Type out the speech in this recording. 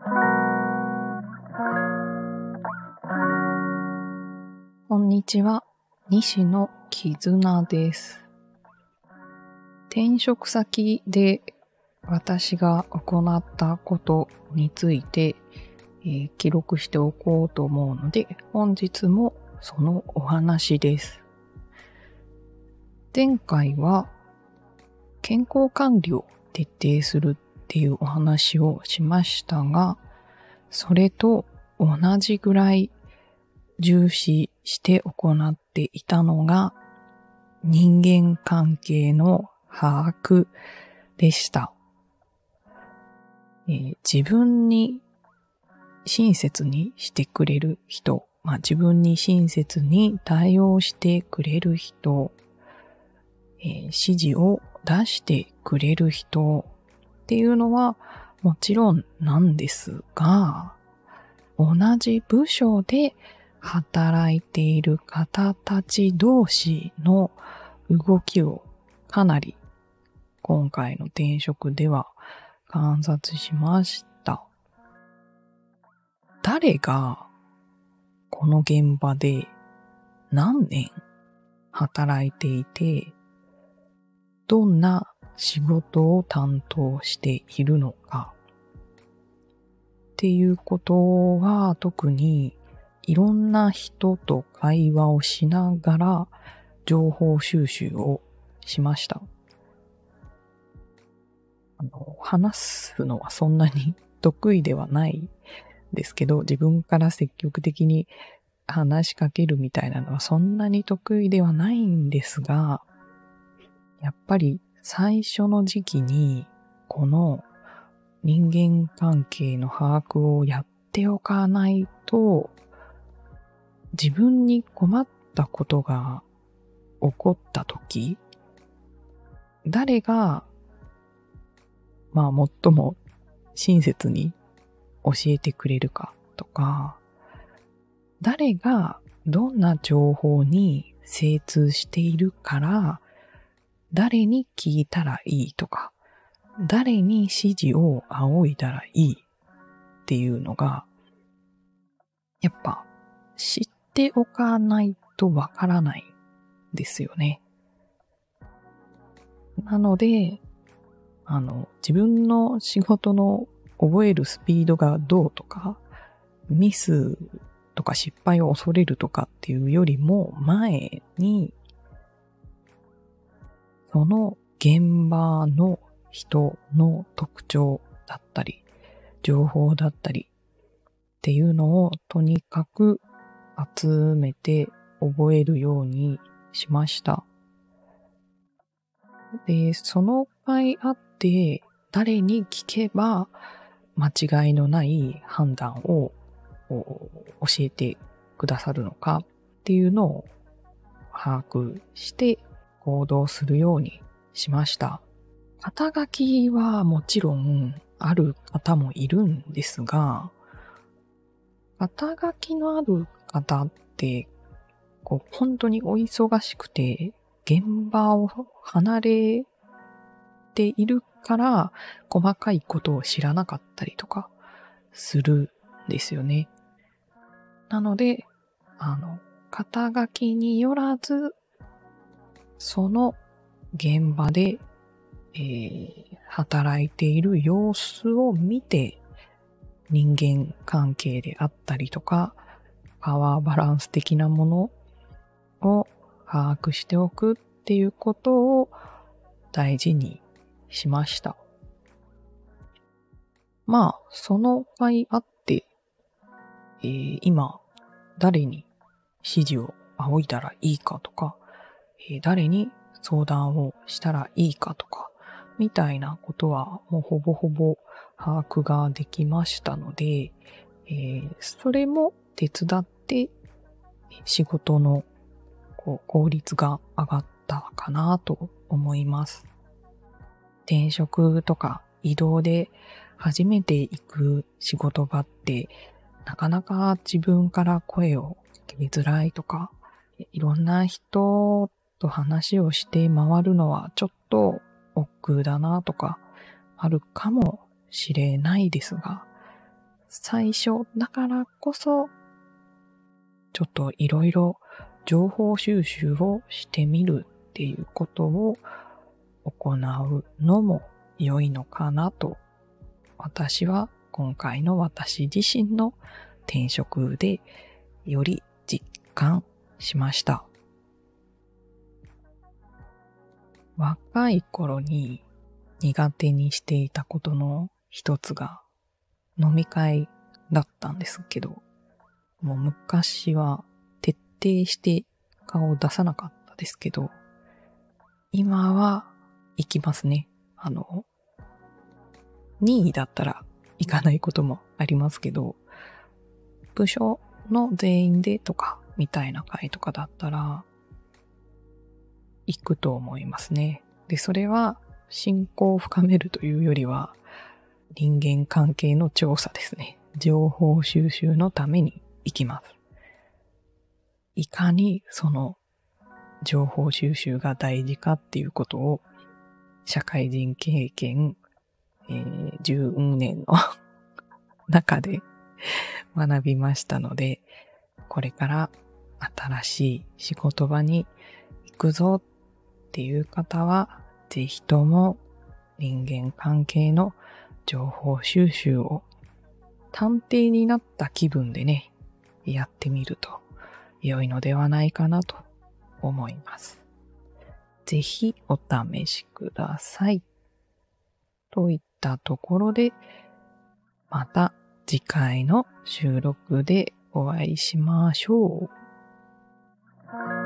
こんにちは、西野絆です。転職先で私が行ったことについて、記録しておこうと思うので、本日もそのお話です。前回は健康管理を徹底するっていうお話をしましたが、それと同じぐらい重視して行っていたのが人間関係の把握でした。自分に親切にしてくれる人、自分に親切に対応してくれる人、指示を出してくれる人っていうのはもちろんなんですが、同じ部署で働いている方たち同士の動きをかなり今回の転職では観察しました。誰がこの現場で何年働いていて、どんな仕事を担当しているのかっていうことは特にいろんな人と会話をしながら情報収集をしました。話すのはそんなに得意ではないですけど、自分から積極的に話しかけるみたいなのはそんなに得意ではないんですが、やっぱり最初の時期にこの人間関係の把握をやっておかないと、自分に困ったことが起こったとき、誰が最も親切に教えてくれるかとか、誰がどんな情報に精通しているから、誰に聞いたらいいとか、誰に指示を仰いだらいいっていうのが、やっぱ知っておかないとわからないんですよね。なので、自分の仕事の覚えるスピードがどうとか、ミスとか失敗を恐れるとかっていうよりも前に、その現場の人の特徴だったり、情報だったりっていうのをとにかく集めて覚えるようにしました。で、その場合あって誰に聞けば間違いのない判断を教えてくださるのかっていうのを把握して行動するようにしました。肩書きはもちろんある方もいるんですが、肩書きのある方って本当にお忙しくて現場を離れているから細かいことを知らなかったりとかするんですよね。なので、肩書きによらず、その現場で、働いている様子を見て、人間関係であったりとか、パワーバランス的なものを把握しておくっていうことを大事にしました。その場合あって、今、誰に指示を仰いだらいいかとか、誰に相談をしたらいいかとか、みたいなことはもうほぼほぼ把握ができましたので、それも手伝って仕事の効率が上がったかなと思います。転職とか移動で初めて行く仕事場ってなかなか自分から声をかけづらいとか、いろんな人と話をして回るのはちょっと億劫だなとかあるかもしれないですが、 最初だからこそ、ちょっといろいろ情報収集をしてみるっていうことを行うのも良いのかなと、私は今回の私自身の転職でより実感しました。若い頃に苦手にしていたことの一つが飲み会だったんですけど、もう昔は徹底して顔を出さなかったですけど、今は行きますね。任意だったら行かないこともありますけど、部署の全員でとかみたいな会とかだったら行くと思いますね。で、それは親交を深めるというよりは人間関係の調査ですね。情報収集のために行きます。いかにその情報収集が大事かっていうことを社会人経験、10年の中で学びましたので、これから新しい仕事場に行くぞっていう方は、ぜひとも人間関係の情報収集を探偵になった気分でね、やってみると良いのではないかなと思います。ぜひお試しください。といったところで、また次回の収録でお会いしましょう。